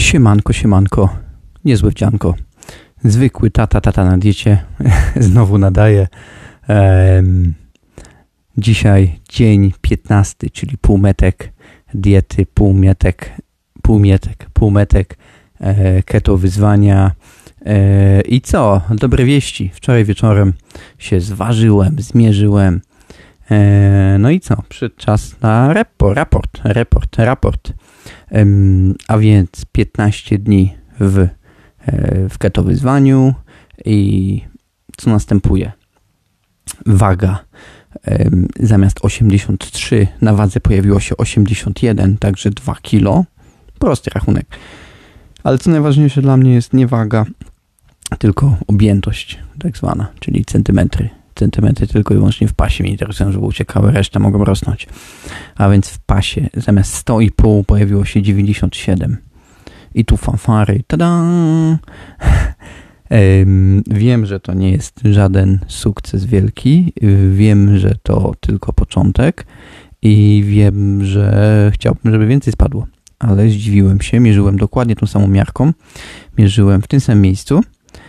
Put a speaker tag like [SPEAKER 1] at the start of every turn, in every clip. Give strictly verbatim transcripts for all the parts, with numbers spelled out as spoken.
[SPEAKER 1] Siemanko, siemanko, niezłe wdzianko. Zwykły tata, tata na diecie, znowu nadaje. Ehm, dzisiaj dzień piętnasty, czyli półmetek diety, półmetek, półmetek, półmetek e, keto wyzwania. E, I co? Dobre wieści. Wczoraj wieczorem się zważyłem, zmierzyłem. E, no i co? Przyszedł czas na repo, raport, raport, raport. A więc piętnaście dni w, w keto wyzwaniu i co następuje? Waga zamiast osiemdziesiąt trzy na wadze pojawiło się osiemdziesiąt jeden, także dwa kilo. Prosty rachunek. Ale co najważniejsze dla mnie jest nie waga, tylko objętość tak zwana, czyli centymetry. Centymetry tylko i wyłącznie w pasie mnie interesują, żeby uciekały, reszta mogą rosnąć. A więc w pasie zamiast sto i pół pojawiło się dziewięćdziesiąt siedem. I tu fanfary. Tada! Wiem, że to nie jest żaden sukces wielki. Wiem, że to tylko początek. I wiem, że chciałbym, żeby więcej spadło. Ale zdziwiłem się. Mierzyłem dokładnie tą samą miarką. Mierzyłem w tym samym miejscu.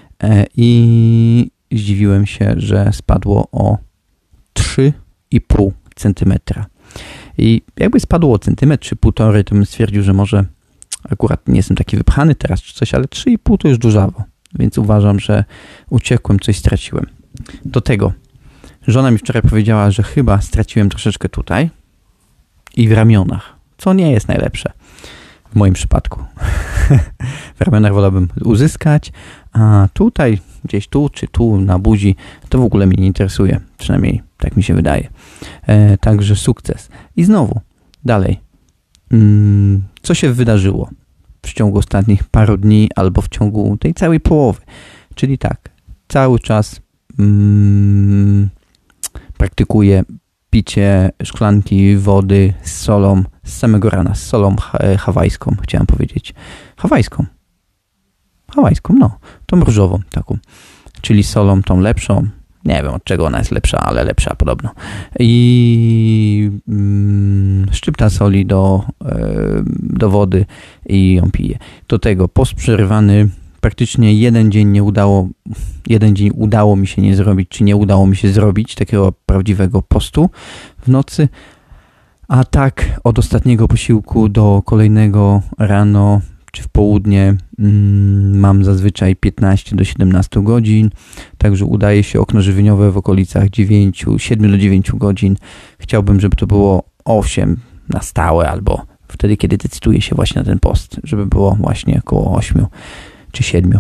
[SPEAKER 1] I zdziwiłem się, że spadło o trzy i pół centymetra. I jakby spadło o centymetr czy półtorej, to bym stwierdził, że może akurat nie jestem taki wypchany teraz czy coś, ale trzy i pół to już dużawo. Więc uważam, że uciekłem, coś straciłem. Do tego żona mi wczoraj powiedziała, że chyba straciłem troszeczkę tutaj i w ramionach, co nie jest najlepsze w moim przypadku. W ramionach wolałbym uzyskać, a tutaj, gdzieś tu czy tu na buzi, to w ogóle mnie nie interesuje. Przynajmniej tak mi się wydaje. E, także sukces. I znowu, dalej. Mm, co się wydarzyło w ciągu ostatnich paru dni albo w ciągu tej całej połowy? Czyli tak, cały czas mm, praktykuję picie szklanki wody z solą z samego rana, z solą hawajską, chciałem powiedzieć. Hawajską. Hawajską, no. Tą różową taką. Czyli solą tą lepszą. Nie wiem, od czego ona jest lepsza, ale lepsza podobno. I mm, szczypta soli do, yy, do wody i ją piję. Do tego post przerywany. Praktycznie jeden dzień nie udało, jeden dzień udało mi się nie zrobić, czy nie udało mi się zrobić takiego prawdziwego postu w nocy. A tak od ostatniego posiłku do kolejnego rano czy w południe mm, mam zazwyczaj piętnaście do siedemnastu godzin, także udaje się okno żywieniowe w okolicach dziewięć, siedem do dziewięciu godzin. Chciałbym, żeby to było osiem na stałe albo wtedy, kiedy decyduję się właśnie na ten post, żeby było właśnie około ośmiu czy siedmiu.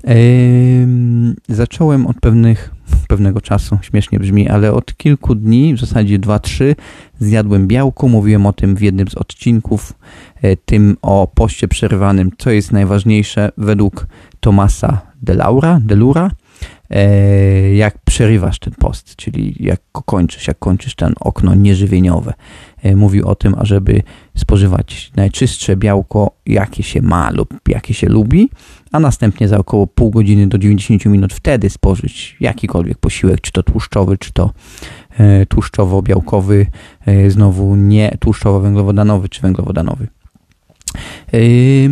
[SPEAKER 1] Yy, zacząłem od pewnych, pewnego czasu, śmiesznie brzmi, ale od kilku dni, w zasadzie dwa trzy, zjadłem białko. Mówiłem o tym w jednym z odcinków, yy, tym o poście przerywanym, co jest najważniejsze według Tomasa Delura, Delura, yy, jak przerywasz ten post, czyli jak go kończysz, jak kończysz ten okno nieżywieniowe. Yy, mówił o tym, ażeby spożywać najczystsze białko, jakie się ma lub jakie się lubi, a następnie za około pół godziny do dziewięćdziesięciu minut wtedy spożyć jakikolwiek posiłek, czy to tłuszczowy, czy to e, tłuszczowo-białkowy, e, znowu nie tłuszczowo-węglowodanowy, czy węglowodanowy. E,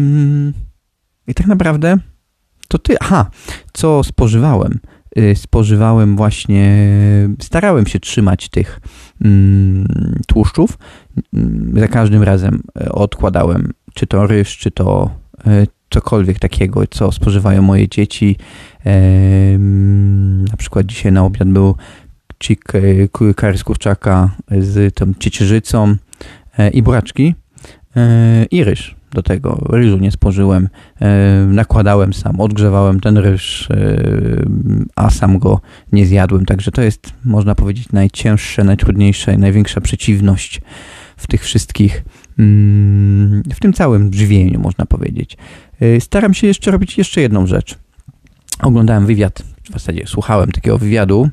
[SPEAKER 1] I tak naprawdę to ty, aha, co spożywałem? E, spożywałem właśnie, starałem się trzymać tych mm, tłuszczów. Za każdym razem odkładałem, czy to ryż, czy to e, cokolwiek takiego, co spożywają moje dzieci. E, na przykład dzisiaj na obiad był cik, curry z kurczaka z tą ciecierzycą e, i buraczki e, i ryż. Do tego ryżu nie spożyłem. E, nakładałem sam, odgrzewałem ten ryż, e, a sam go nie zjadłem. Także to jest, można powiedzieć, najcięższe, najtrudniejsze, największa przeciwność w tych wszystkich, mm, w tym całym żywieniu, można powiedzieć. Staram się jeszcze robić jeszcze jedną rzecz. Oglądałem wywiad, w zasadzie słuchałem takiego wywiadu.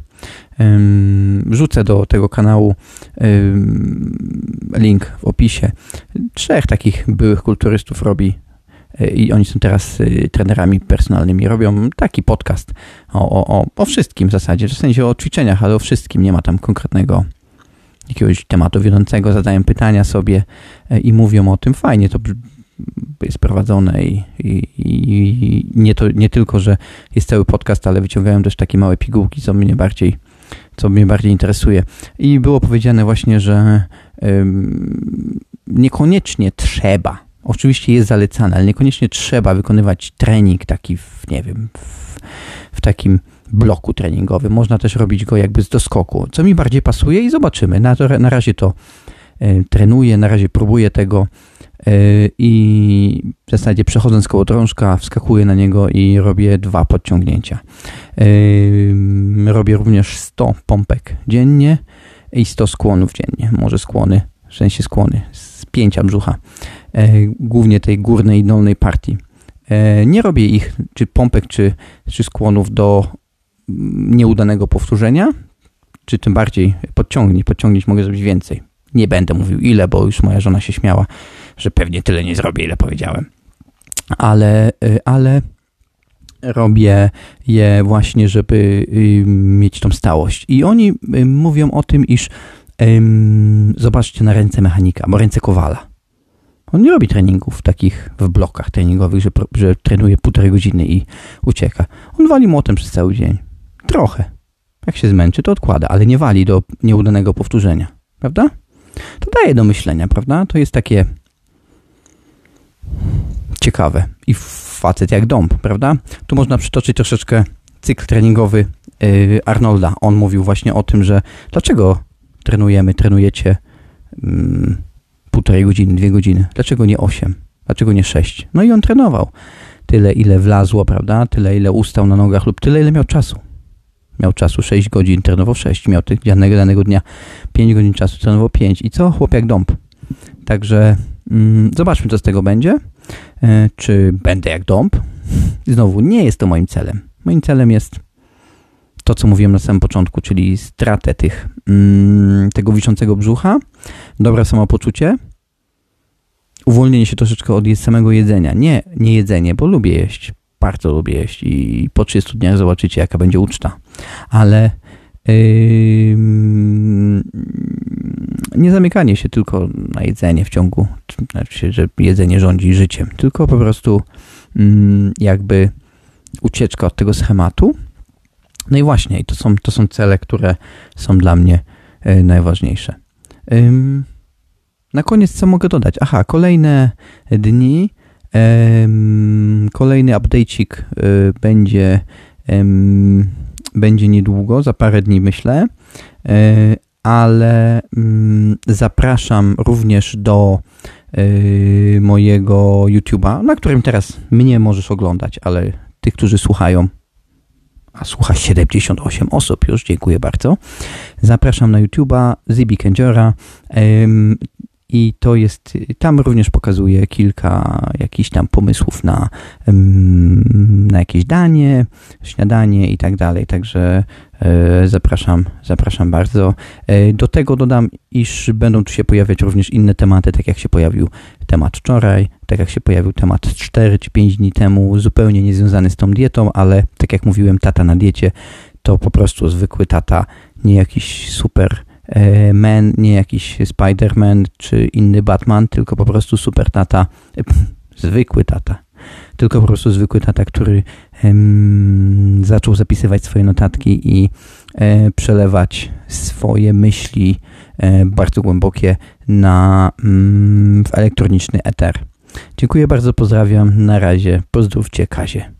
[SPEAKER 1] Wrzucę do tego kanału link w opisie. Trzech takich byłych kulturystów robi i oni są teraz trenerami personalnymi. Robią taki podcast o, o, o wszystkim w zasadzie. W sensie o ćwiczeniach, ale o wszystkim. Nie ma tam konkretnego jakiegoś tematu wiodącego. Zadają pytania sobie i mówią o tym. Fajnie to jest prowadzone i, i, i nie, to, nie tylko, że jest cały podcast, ale wyciągają też takie małe pigułki, co mnie bardziej, co mnie bardziej interesuje. I było powiedziane właśnie, że ym, niekoniecznie trzeba, oczywiście jest zalecane, ale niekoniecznie trzeba wykonywać trening taki w, nie wiem, w, w takim bloku treningowym. Można też robić go jakby z doskoku, co mi bardziej pasuje i zobaczymy. Na, to, na razie to y, trenuję, na razie próbuję tego y, i w zasadzie przechodząc koło drążka wskakuję na niego i robię dwa podciągnięcia. Y, robię również sto pompek dziennie i sto skłonów dziennie. Może skłony, w sensie skłony, spięcia brzucha. Y, głównie tej górnej i dolnej partii. Y, nie robię ich, czy pompek, czy, czy skłonów do nieudanego powtórzenia, czy tym bardziej podciągnij. Podciągnić mogę zrobić więcej. Nie będę mówił ile, bo już moja żona się śmiała, że pewnie tyle nie zrobię, ile powiedziałem. Ale, ale robię je właśnie, żeby mieć tą stałość. I oni mówią o tym, iż um, zobaczcie na ręce mechanika, bo ręce kowala. On nie robi treningów takich w blokach treningowych, że, że trenuje półtorej godziny i ucieka. On wali młotem przez cały dzień. Trochę. Jak się zmęczy, to odkłada, ale nie wali do nieudanego powtórzenia. Prawda? To daje do myślenia, prawda? To jest takie ciekawe. I facet jak dąb, prawda? Tu można przytoczyć troszeczkę cykl treningowy yy, Arnolda. On mówił właśnie o tym, że dlaczego trenujemy, trenujecie yy, półtorej godziny, dwie godziny. Dlaczego nie osiem? Dlaczego nie sześć? No i on trenował tyle, ile wlazło, prawda? Tyle, ile ustał na nogach lub tyle, ile miał czasu. Miał czasu sześć godzin, trenował sześć. Miał tych danego, danego dnia pięć godzin czasu, trenował pięć. I co? Chłop jak dąb. Także mm, zobaczmy, co z tego będzie. E, czy będę jak dąb? Znowu, nie jest to moim celem. Moim celem jest to, co mówiłem na samym początku, czyli stratę tych, mm, tego wiszącego brzucha, dobre samopoczucie, uwolnienie się troszeczkę od samego jedzenia. Nie, nie jedzenie, bo lubię jeść. Bardzo lubię jeść i po trzydziestu dniach zobaczycie, jaka będzie uczta. Ale yy, nie zamykanie się tylko na jedzenie w ciągu, znaczy, że jedzenie rządzi życiem, tylko po prostu yy, jakby ucieczka od tego schematu. No i właśnie, to są, to są cele, które są dla mnie yy, najważniejsze. Yy, na koniec co mogę dodać? Aha, kolejne dni. Um, kolejny update'cik y, będzie, um, będzie niedługo, za parę dni myślę, y, ale y, zapraszam również do y, mojego YouTube'a, na którym teraz mnie możesz oglądać, ale tych, którzy słuchają, a słucha siedemdziesiąt osiem osób już, dziękuję bardzo. Zapraszam na YouTube'a Zibi Kędziora. Y, I to jest, tam również pokazuję kilka jakichś tam pomysłów na, na jakieś danie, śniadanie i tak dalej. Także e, zapraszam, zapraszam bardzo. E, do tego dodam, iż będą tu się pojawiać również inne tematy, tak jak się pojawił temat wczoraj, tak jak się pojawił temat cztery czy pięć dni temu, zupełnie niezwiązany z tą dietą, ale tak jak mówiłem, tata na diecie to po prostu zwykły tata, nie jakiś super Man, nie jakiś Spider-Man czy inny Batman, tylko po prostu super tata, zwykły tata, tylko po prostu zwykły tata, który em, zaczął zapisywać swoje notatki i e, przelewać swoje myśli e, bardzo głębokie na, mm, w elektroniczny eter. Dziękuję bardzo, pozdrawiam, na razie, pozdrówcie Kazie.